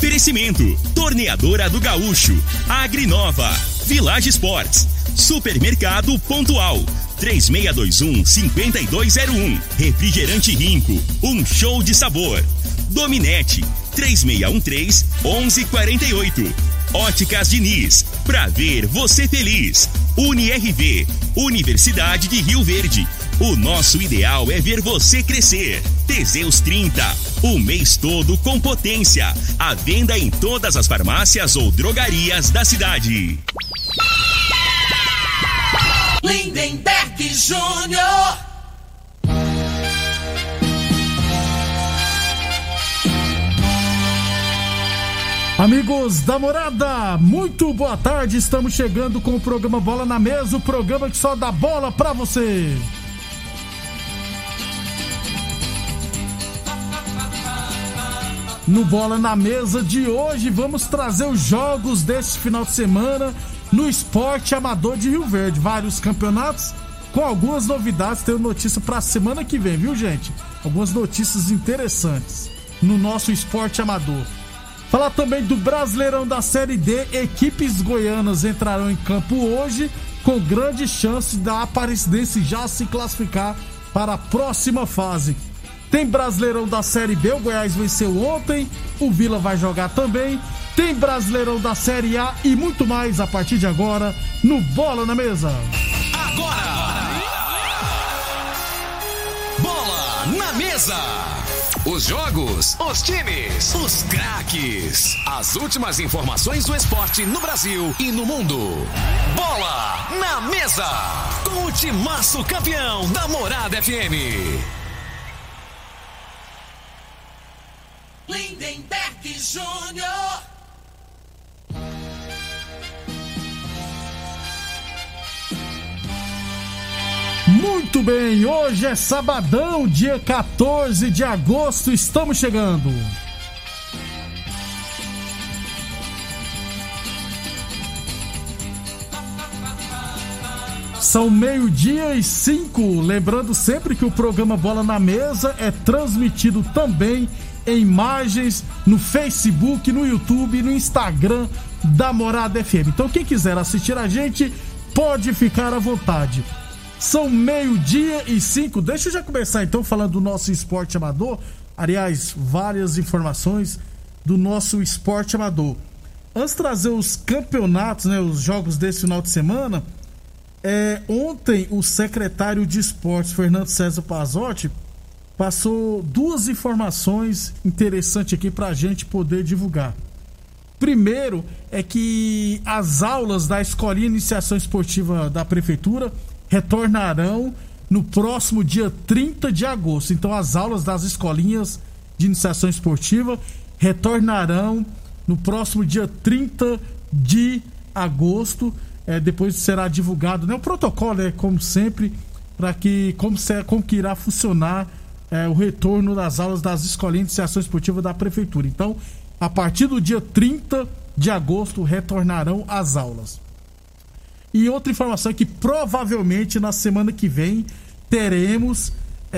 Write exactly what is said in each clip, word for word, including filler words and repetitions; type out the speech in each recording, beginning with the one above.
Oferecimento: Torneadora do Gaúcho, Agrinova, Village Sports, Supermercado Pontual, três seis dois um, cinco dois zero um, Refrigerante Rinco, um show de sabor. Dominete, três seis um três, onze quarenta e oito. Óticas Diniz, pra ver você feliz. Uni R V, Universidade de Rio Verde. O nosso ideal é ver você crescer. Teseus trinta, o mês todo com potência. À venda em todas as farmácias ou drogarias da cidade. Lindenberg Júnior. Amigos da Morada, muito boa tarde. Estamos chegando com o programa Bola na Mesa, o programa que só dá bola pra você. No Bola na Mesa de hoje, vamos trazer os jogos desse final de semana no Esporte Amador de Rio Verde. Vários campeonatos com algumas novidades. Tenho notícia pra semana que vem, viu, gente? Algumas notícias interessantes no nosso Esporte Amador. Falar também do Brasileirão da Série D. Equipes goianas entrarão em campo hoje com grande chance da Aparecidense já se classificar para a próxima fase. Tem Brasileirão da Série B, o Goiás venceu ontem, o Vila vai jogar também. Tem Brasileirão da Série A e muito mais a partir de agora no Bola na Mesa. Agora! Bola na Mesa! Os jogos, os times, os craques. As últimas informações do esporte no Brasil e no mundo. Bola na Mesa! Com o timaço campeão da Morada F M. Lindenberg Júnior. Muito bem, hoje é sabadão, dia quatorze de agosto, estamos chegando. São meio-dia e cinco, lembrando sempre que o programa Bola na Mesa é transmitido também em imagens no Facebook, no YouTube e no Instagram da Morada F M. Então quem quiser assistir a gente, pode ficar à vontade. São meio-dia e cinco. Deixa eu já começar então falando do nosso esporte amador. Aliás, várias informações do nosso esporte amador. Antes de trazer os campeonatos, né, os jogos desse final de semana, é, ontem o secretário de esportes, Fernando César Pazzotti, passou duas informações interessantes aqui para a gente poder divulgar. Primeiro é que as aulas da Escolinha de Iniciação Esportiva da Prefeitura retornarão no próximo dia trinta de agosto. Então as aulas das escolinhas de iniciação esportiva retornarão no próximo dia trinta de agosto. É, depois será divulgado, né, o protocolo, é como sempre, para que como, se, como que irá funcionar é, o retorno das aulas das escolinhas de iniciação esportiva da Prefeitura. Então, a partir do dia trinta de agosto retornarão as aulas. E outra informação é que provavelmente na semana que vem teremos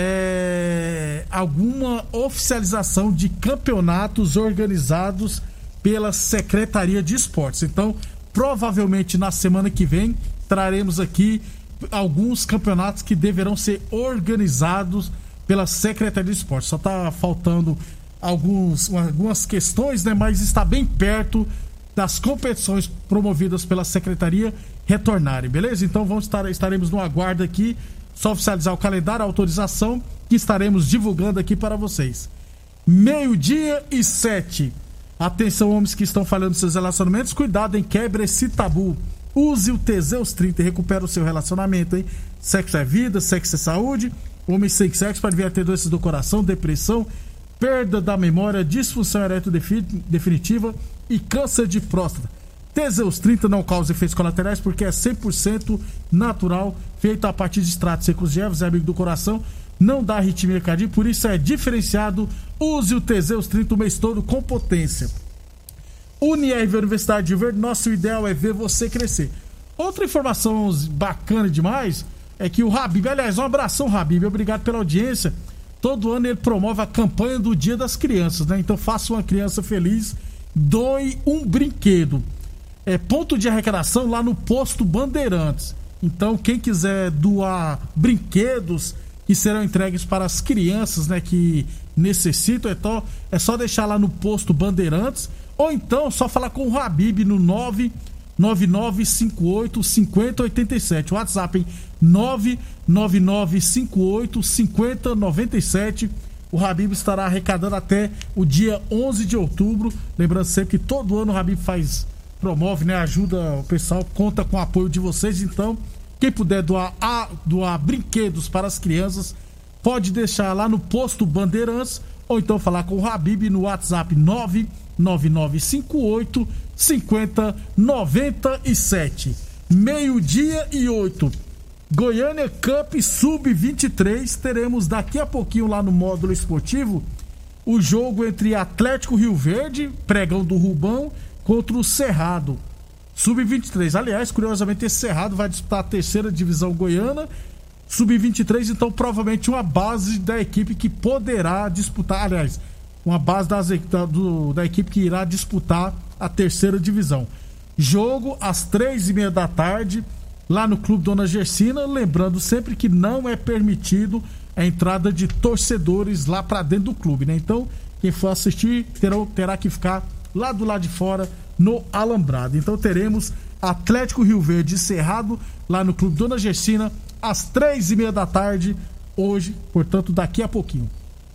é, alguma oficialização de campeonatos organizados pela Secretaria de Esportes. Então, provavelmente na semana que vem traremos aqui alguns campeonatos que deverão ser organizados pela Secretaria de Esportes. Só está faltando alguns, algumas questões, né? Mas está bem perto das competições promovidas pela Secretaria retornarem, beleza? Então vamos estar, estaremos no aguardo aqui, só oficializar o calendário, a autorização, que estaremos divulgando aqui para vocês. Meio-dia e sete. Atenção, homens que estão falhando seus relacionamentos, cuidado, hein? Quebre esse tabu. Use o Teseus trinta e recupera o seu relacionamento, hein? Sexo é vida, sexo é saúde. Homens sem sexo pode vir a ter doenças do coração, depressão, perda da memória, disfunção erétil definitiva e câncer de próstata. Teseus trinta não causa efeitos colaterais porque é cem por cento natural, feito a partir de extratos secos de ervas, é amigo do coração, não dá arritmia cardíaca, por isso é diferenciado. Use o Teseus trinta o mês todo com potência. Uni R V Universidade de Verde, nosso ideal é ver você crescer. Outra informação bacana demais é que o Habib, aliás, um abração, Habib, obrigado pela audiência. Todo ano ele promove a campanha do Dia das Crianças, né? Então faça uma criança feliz doe um brinquedo. É ponto de arrecadação lá no posto Bandeirantes. Então, quem quiser doar brinquedos que serão entregues para as crianças, né, que necessitam, então é só deixar lá no posto Bandeirantes, ou então só falar com o Habib no nove nove nove cinco oito cinco zero oito sete, WhatsApp em nove nove nove cinco oito cinco zero nove sete. O Habib estará arrecadando até o dia onze de outubro, lembrando sempre que todo ano o Habib faz, promove, né, ajuda o pessoal, conta com o apoio de vocês. Então quem puder doar, a, doar brinquedos para as crianças, pode deixar lá no posto Bandeirantes, ou então falar com o Habib no WhatsApp nove nove nove cinco oito cinco zero nove sete. Meio-dia e oito. Goiânia Cup sub vinte e três. Teremos daqui a pouquinho lá no módulo esportivo o jogo entre Atlético Rio Verde, pregão do Rubão, contra o Cerrado. sub vinte e três. Aliás, curiosamente, esse Cerrado vai disputar a terceira divisão goiana. sub vinte e três, então provavelmente uma base da equipe que poderá disputar, aliás, uma base das, da, do, da equipe que irá disputar a terceira divisão. Jogo às três e meia da tarde, lá no Clube Dona Gersina. Lembrando sempre que não é permitido a entrada de torcedores lá para dentro do clube, né? Então, quem for assistir terá, terá que ficar lá do lado de fora, no Alambrado. Então teremos Atlético Rio Verde e Cerrado lá no Clube Dona Gersina às três e meia da tarde hoje, portanto daqui a pouquinho.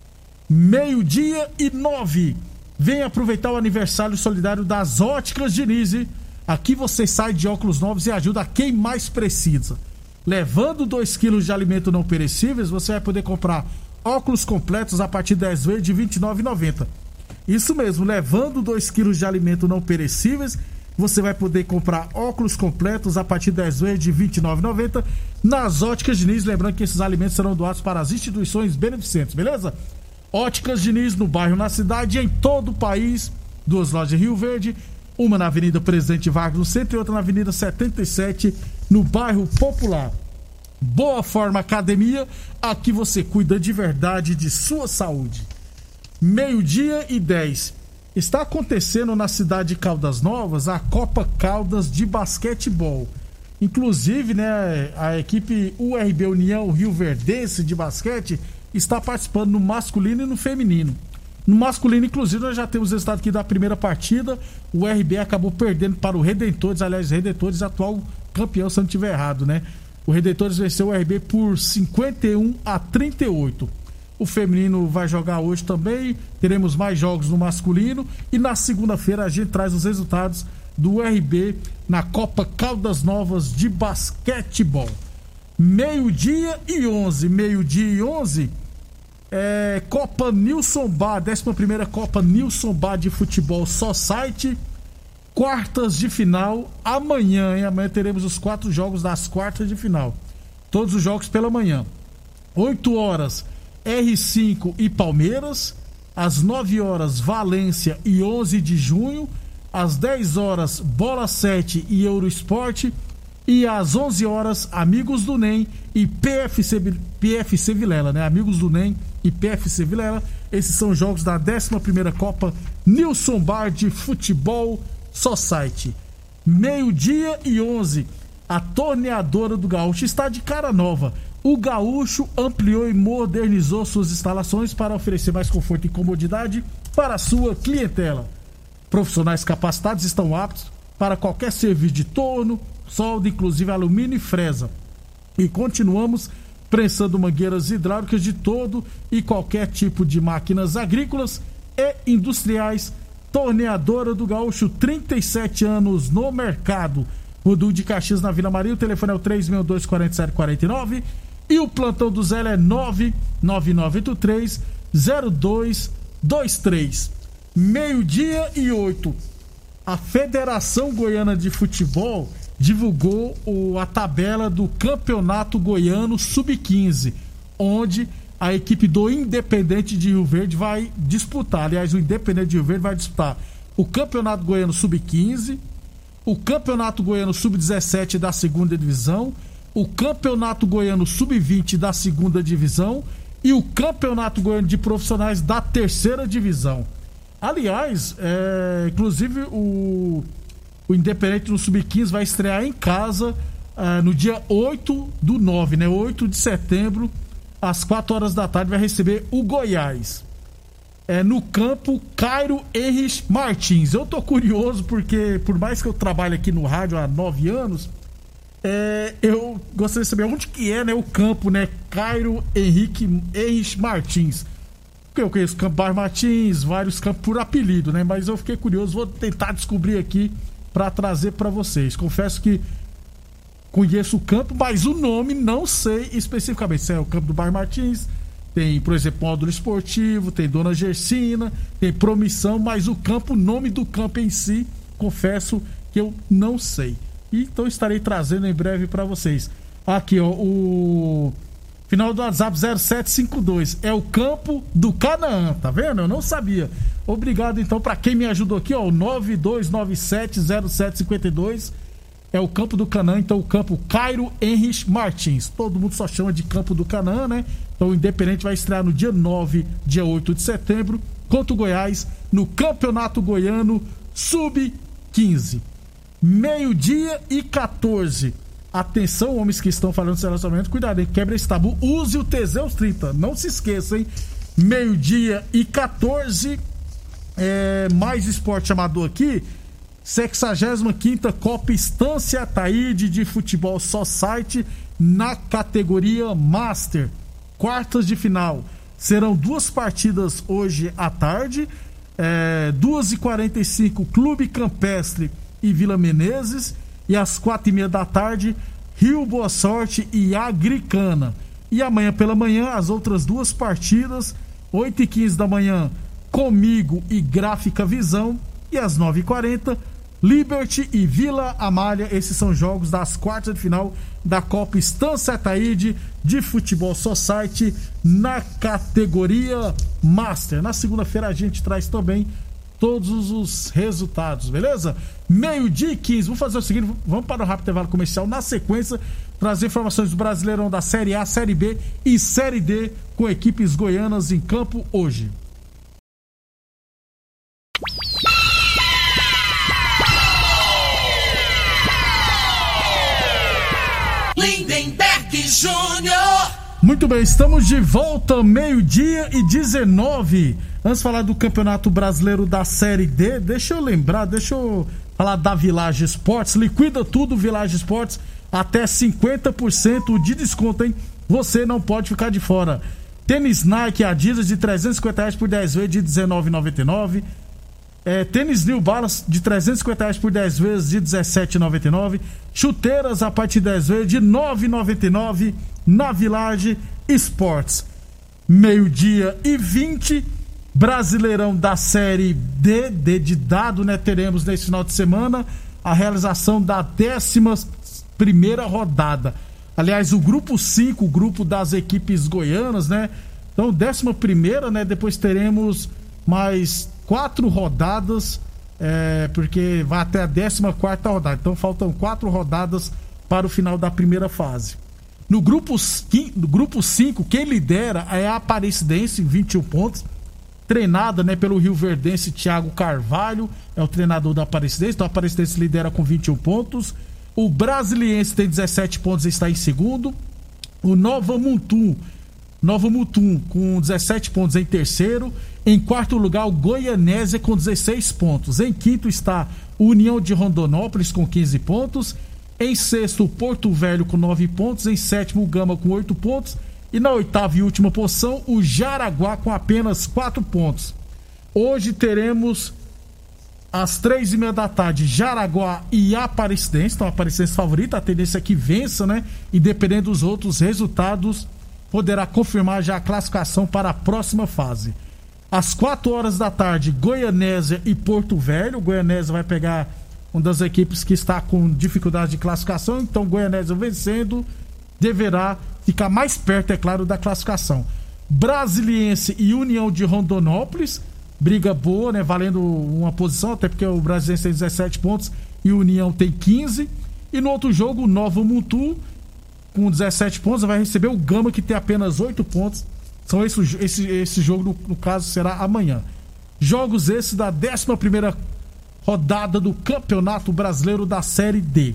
Meio-dia e nove. Vem aproveitar o aniversário solidário das Óticas Diniz. Aqui você sai de óculos novos e ajuda quem mais precisa. Levando dois quilos de alimento não perecíveis, você vai poder comprar óculos completos a partir de dez vezes de vinte e nove reais e noventa centavos. Isso mesmo, levando dois quilos de alimento não perecíveis, você vai poder comprar óculos completos a partir de dez vezes de vinte e nove reais e noventa centavos nas Óticas Diniz. Lembrando que esses alimentos serão doados para as instituições beneficentes, beleza? Óticas Diniz no bairro, na cidade e em todo o país. Duas lojas em Rio Verde, uma na Avenida Presidente Vargas no centro e outra na Avenida setenta e sete no bairro Popular. Boa Forma Academia, aqui você cuida de verdade de sua saúde. Meio-dia e dez. Está acontecendo na cidade de Caldas Novas a Copa Caldas de basquetebol. Inclusive, né, a equipe U R B União Rio Verdense de basquete está participando no masculino e no feminino. No masculino, inclusive, nós já temos o resultado aqui da primeira partida. O R B acabou perdendo para o Redentores, aliás, Redentores atual campeão, se eu não estiver errado, né? O Redentores venceu o R B por cinquenta e um a trinta e oito. O feminino vai jogar hoje também. Teremos mais jogos no masculino. E na segunda-feira a gente traz os resultados do R B na Copa Caldas Novas de basquetebol. Meio-dia e onze. Meio-dia e onze. É, Copa Nilson Bar, décima primeira Copa Nilson Bar de futebol Society. Quartas de final amanhã, hein? Amanhã teremos os quatro jogos das quartas de final. Todos os jogos pela manhã. oito horas. R cinco e Palmeiras, às nove horas Valência e onze de junho, às dez horas Bola sete e Eurosport e às onze horas Amigos do N E M e P F C, P F C Vilela, né? Amigos do N E M e P F C Vilela. Esses são jogos da décima primeira Copa Nilson Bar de Futebol Society. Meio-dia e onze. A torneadora do Gaúcho está de cara nova. O Gaúcho ampliou e modernizou suas instalações para oferecer mais conforto e comodidade para a sua clientela. Profissionais capacitados estão aptos para qualquer serviço de torno, solda, inclusive alumínio e fresa. E continuamos prensando mangueiras hidráulicas de todo e qualquer tipo de máquinas agrícolas e industriais. Torneadora do Gaúcho, trinta e sete anos no mercado. Rodul de Caxias na Vila Maria. O telefone é o três seis dois, quatro sete quatro nove. E o plantão do Zé é nove nove nove oito três zero dois dois três. Meio-dia e oito. A Federação Goiana de Futebol divulgou o, a tabela do Campeonato Goiano sub quinze, onde a equipe do Independente de Rio Verde vai disputar. Aliás, o Independente de Rio Verde vai disputar o Campeonato Goiano sub quinze, o Campeonato Goiano sub dezessete da segunda divisão, o Campeonato Goiano sub vinte da segunda divisão e o Campeonato Goiano de Profissionais da terceira divisão. Aliás, é, inclusive o, o Independente no sub quinze vai estrear em casa é, no dia oito do nove, né? oito de setembro, às quatro horas da tarde, vai receber o Goiás. É, no campo Cairo Henrich Martins. Eu tô curioso porque, por mais que eu trabalhe aqui no rádio há nove anos, é, eu gostaria de saber onde que é, né, o campo, né? Cairo Henrique Henrich Martins. Porque eu conheço o campo Bar Martins, vários campos por apelido, né? Mas eu fiquei curioso, vou tentar descobrir aqui para trazer para vocês. Confesso que conheço o campo, mas o nome não sei especificamente. Se é o campo do Bar Martins, tem, por exemplo, módulo esportivo, tem Dona Gersina, tem Promissão, mas o campo, o nome do campo em si, confesso que eu não sei. Então estarei trazendo em breve para vocês. Aqui, ó, o final do WhatsApp zero sete cinco dois é o campo do Canaã, tá vendo? Eu não sabia. Obrigado então para quem me ajudou aqui, ó, o nove dois nove sete zero sete cinco dois é o campo do Canaã, então o campo Cairo Henrich Martins. Todo mundo só chama de campo do Canaã, né? Então o Independente vai estrear no dia nove, dia oito de setembro, contra o Goiás, no Campeonato Goiano sub quinze. Meio-dia e quatorze. Atenção, homens que estão falando de relacionamento, cuidado, hein? Quebra esse tabu, use o Teseus trinta, não se esqueça, hein? Meio-dia e quatorze. É, mais esporte amador aqui. sexagésima quinta Copa Estância Ataíde de Futebol Society na categoria Master. Quartas de final. Serão duas partidas hoje à tarde. É, duas e quarenta e cinco Clube Campestre e Vila Menezes. E às quatro e meia da tarde, Rio Boa Sorte e Agricana. E amanhã pela manhã, as outras duas partidas. oito e quinze da manhã, Comigo e Gráfica Visão. E às nove e quarenta, Liberty e Vila Amália. Esses são jogos das quartas de final da Copa Estância Ataíde de Futebol Society na categoria Master. Na segunda-feira a gente traz também todos os resultados, beleza? Meio-dia e quinze. Vamos fazer o seguinte, vamos para o rápido intervalo comercial. Na sequência, trazer informações do Brasileirão da Série A, Série B e Série D com equipes goianas em campo hoje. Lindenberg Júnior. Muito bem, estamos de volta, meio-dia e dezenove. Antes de falar do Campeonato Brasileiro da Série D, deixa eu lembrar, deixa eu falar da Village Esportes. Liquida tudo, Village Esportes, até cinquenta por cento de desconto, hein? Você não pode ficar de fora. Tênis Nike Adidas de trezentos e cinquenta reais por dez vezes de dezenove reais e noventa e nove centavos. É, tênis New Balance de trezentos e cinquenta reais por dez vezes de dezessete reais e noventa e nove centavos. Chuteiras a partir de dez vezes de nove reais e noventa e nove centavos na Village Esportes. Meio-dia e vinte, Brasileirão da Série D, D de dado, né? Teremos nesse final de semana a realização da décima primeira rodada. Aliás, o grupo cinco, o grupo das equipes goianas, né? Então, décima primeira, né? Depois teremos mais quatro rodadas, é, porque vai até a décima quarta rodada. Então, faltam quatro rodadas para o final da primeira fase. No grupo, no grupo cinco, quem lidera é a Aparecidense, vinte e um pontos, treinada, né, pelo rioverdense Thiago Carvalho, é o treinador da Aparecidense. Então a Aparecidense lidera com vinte e um pontos. O Brasiliense tem dezessete pontos e está em segundo. O Nova Mutum, Nova Mutum com dezessete pontos em terceiro. Em quarto lugar, o Goianésia com dezesseis pontos. Em quinto está o União de Rondonópolis com quinze pontos. Em sexto, o Porto Velho com nove pontos. Em sétimo, o Gama com oito pontos. E na oitava e última posição, o Jaraguá com apenas quatro pontos. Hoje teremos, às três e meia da tarde, Jaraguá e Aparecidense. Então, a Aparecidense favorita, a tendência é que vença, né? E dependendo dos outros resultados, poderá confirmar já a classificação para a próxima fase. Às quatro horas da tarde, Goianésia e Porto Velho. O Goianésia vai pegar uma das equipes que está com dificuldade de classificação. Então, Goianésia vencendo deverá ficar mais perto, é claro, da classificação. Brasiliense e União de Rondonópolis, briga boa, né? Valendo uma posição, até porque o Brasiliense tem dezessete pontos e o União tem quinze. E no outro jogo, o Nova Mutum, com dezessete pontos, vai receber o Gama, que tem apenas oito pontos. Então esse, esse, esse jogo, no, no caso, será amanhã. Jogos esses da décima primeira rodada do Campeonato Brasileiro da Série D.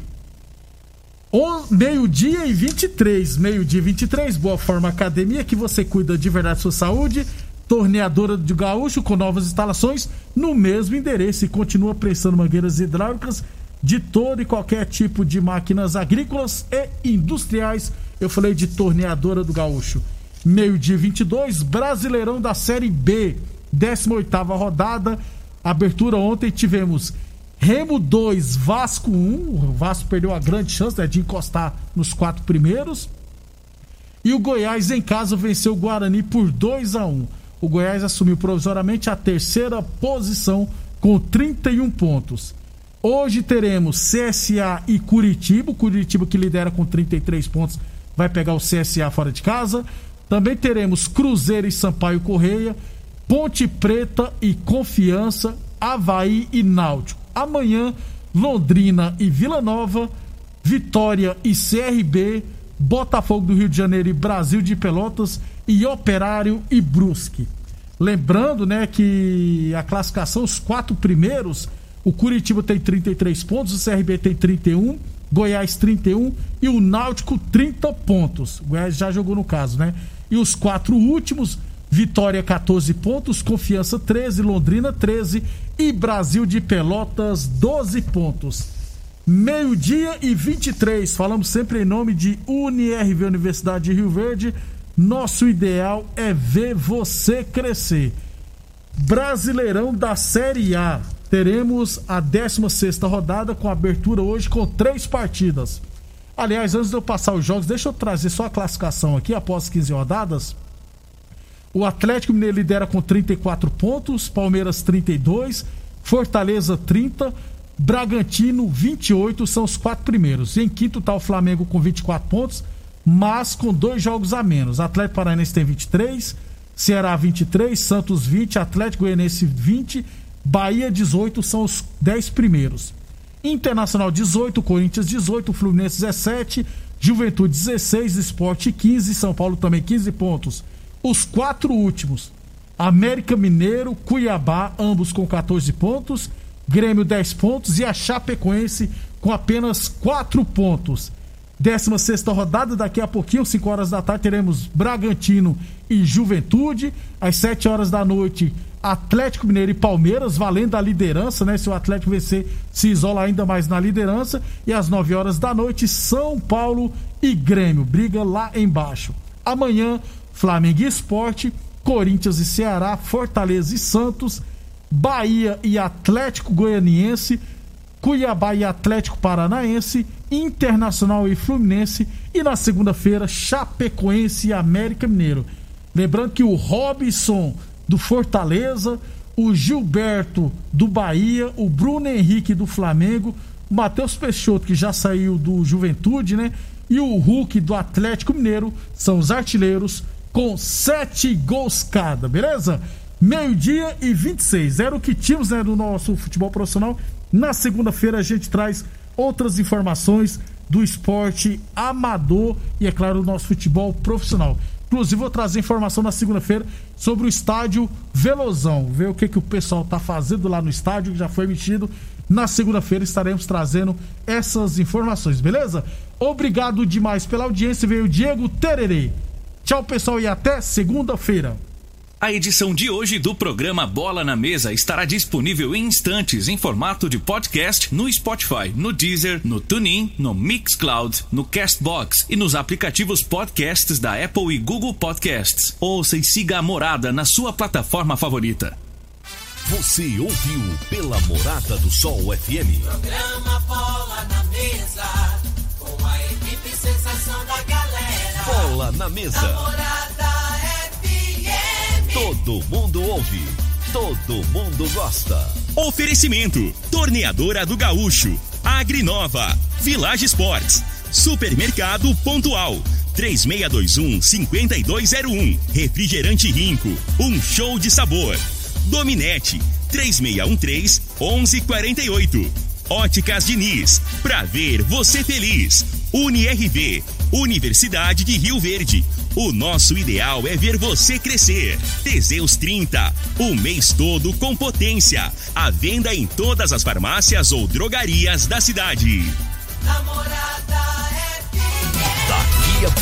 Meio-dia e vinte e três, meio-dia e vinte e três, Boa Forma Academia, que você cuida de verdade sua saúde. Torneadora do Gaúcho, com novas instalações no mesmo endereço, e continua prestando mangueiras hidráulicas de todo e qualquer tipo de máquinas agrícolas e industriais. Eu falei de Torneadora do Gaúcho. Meio-dia e vinte e dois, Brasileirão da Série B, décima oitava rodada. Abertura ontem, tivemos Remo dois, Vasco um. O Vasco perdeu a grande chance, né, de encostar nos quatro primeiros. E o Goiás em casa venceu o Guarani por dois a um. O Goiás assumiu provisoriamente a terceira posição com trinta e um pontos. Hoje teremos C S A e Curitiba. O Curitiba, que lidera com trinta e três pontos, vai pegar o C S A fora de casa. Também teremos Cruzeiro e Sampaio Correia, Ponte Preta e Confiança, Avaí e Náutico. Amanhã, Londrina e Vila Nova, Vitória e C R B, Botafogo do Rio de Janeiro e Brasil de Pelotas, e Operário e Brusque. Lembrando, né, que a classificação, os quatro primeiros, o Curitiba tem trinta e três pontos, o C R B tem trinta e um, Goiás trinta e um e o Náutico trinta pontos. O Goiás já jogou no caso, né? E os quatro últimos, Vitória quatorze pontos, Confiança treze, Londrina treze e Brasil de Pelotas doze pontos. Meio-dia e vinte e três, falamos sempre em nome de Uni R V Universidade de Rio Verde. Nosso ideal é ver você crescer. Brasileirão da Série A. Teremos a décima sexta rodada com abertura hoje com três partidas. Aliás, antes de eu passar os jogos, deixa eu trazer só a classificação aqui após quinze rodadas. O Atlético Mineiro lidera com trinta e quatro pontos, Palmeiras trinta e dois, Fortaleza trinta, Bragantino vinte e oito, são os quatro primeiros. Em quinto está o Flamengo com vinte e quatro pontos, mas com dois jogos a menos. Atlético Paranaense tem vinte e três, Ceará vinte e três, Santos vinte, Atlético Goianiense vinte, Bahia dezoito, são os dez primeiros. Internacional dezoito, Corinthians dezoito, Fluminense dezessete, Juventude dezesseis, Sport quinze, São Paulo também quinze pontos. Os quatro últimos, América Mineiro, Cuiabá, ambos com quatorze pontos, Grêmio dez pontos e a Chapecoense com apenas quatro pontos. décima sexta rodada, daqui a pouquinho, cinco horas da tarde, teremos Bragantino e Juventude. Às sete horas da noite, Atlético Mineiro e Palmeiras, valendo a liderança, né? Se o Atlético vencer, se isola ainda mais na liderança. E às nove horas da noite, São Paulo e Grêmio, briga lá embaixo. Amanhã, Flamengo e Sport, Corinthians e Ceará, Fortaleza e Santos, Bahia e Atlético Goianiense, Cuiabá e Atlético Paranaense, Internacional e Fluminense, e na segunda-feira, Chapecoense e América Mineiro. Lembrando que o Robson do Fortaleza, o Gilberto do Bahia, o Bruno Henrique do Flamengo, o Matheus Peixoto, que já saiu do Juventude, né? E o Hulk do Atlético Mineiro são os artilheiros com sete gols cada, beleza? Meio-dia e vinte e seis, era o que tínhamos, né, do nosso futebol profissional. Na segunda-feira a gente traz outras informações do esporte amador e, é claro, do nosso futebol profissional. Inclusive, vou trazer informação na segunda-feira sobre o estádio Velozão, ver o que, que o pessoal tá fazendo lá no estádio, que já foi emitido. Na segunda-feira estaremos trazendo essas informações, beleza? Obrigado demais pela audiência, veio o Diego Tererê. Tchau, pessoal, e até segunda-feira. A edição de hoje do programa Bola na Mesa estará disponível em instantes em formato de podcast no Spotify, no Deezer, no TuneIn, no Mixcloud, no Castbox e nos aplicativos podcasts da Apple e Google Podcasts. Ouça e siga a Morada na sua plataforma favorita. Você ouviu pela Morada do Sol F M. Programa Bola na Mesa, com a equipe sensação da galera. Bola na Mesa. Morada F M. Todo mundo ouve, todo mundo gosta. Oferecimento: Torneadora do Gaúcho, Agrinova, Village Sports, Supermercado Pontual, três seis dois um, cinco dois zero um, Refrigerante Rinco, um show de sabor. Dominete, três seis um três, um um quatro oito. Óticas Diniz, pra ver você feliz. UniRV, Universidade de Rio Verde. O nosso ideal é ver você crescer. Teseus trinta, o mês todo com potência. À venda em todas as farmácias ou drogarias da cidade. Namorada.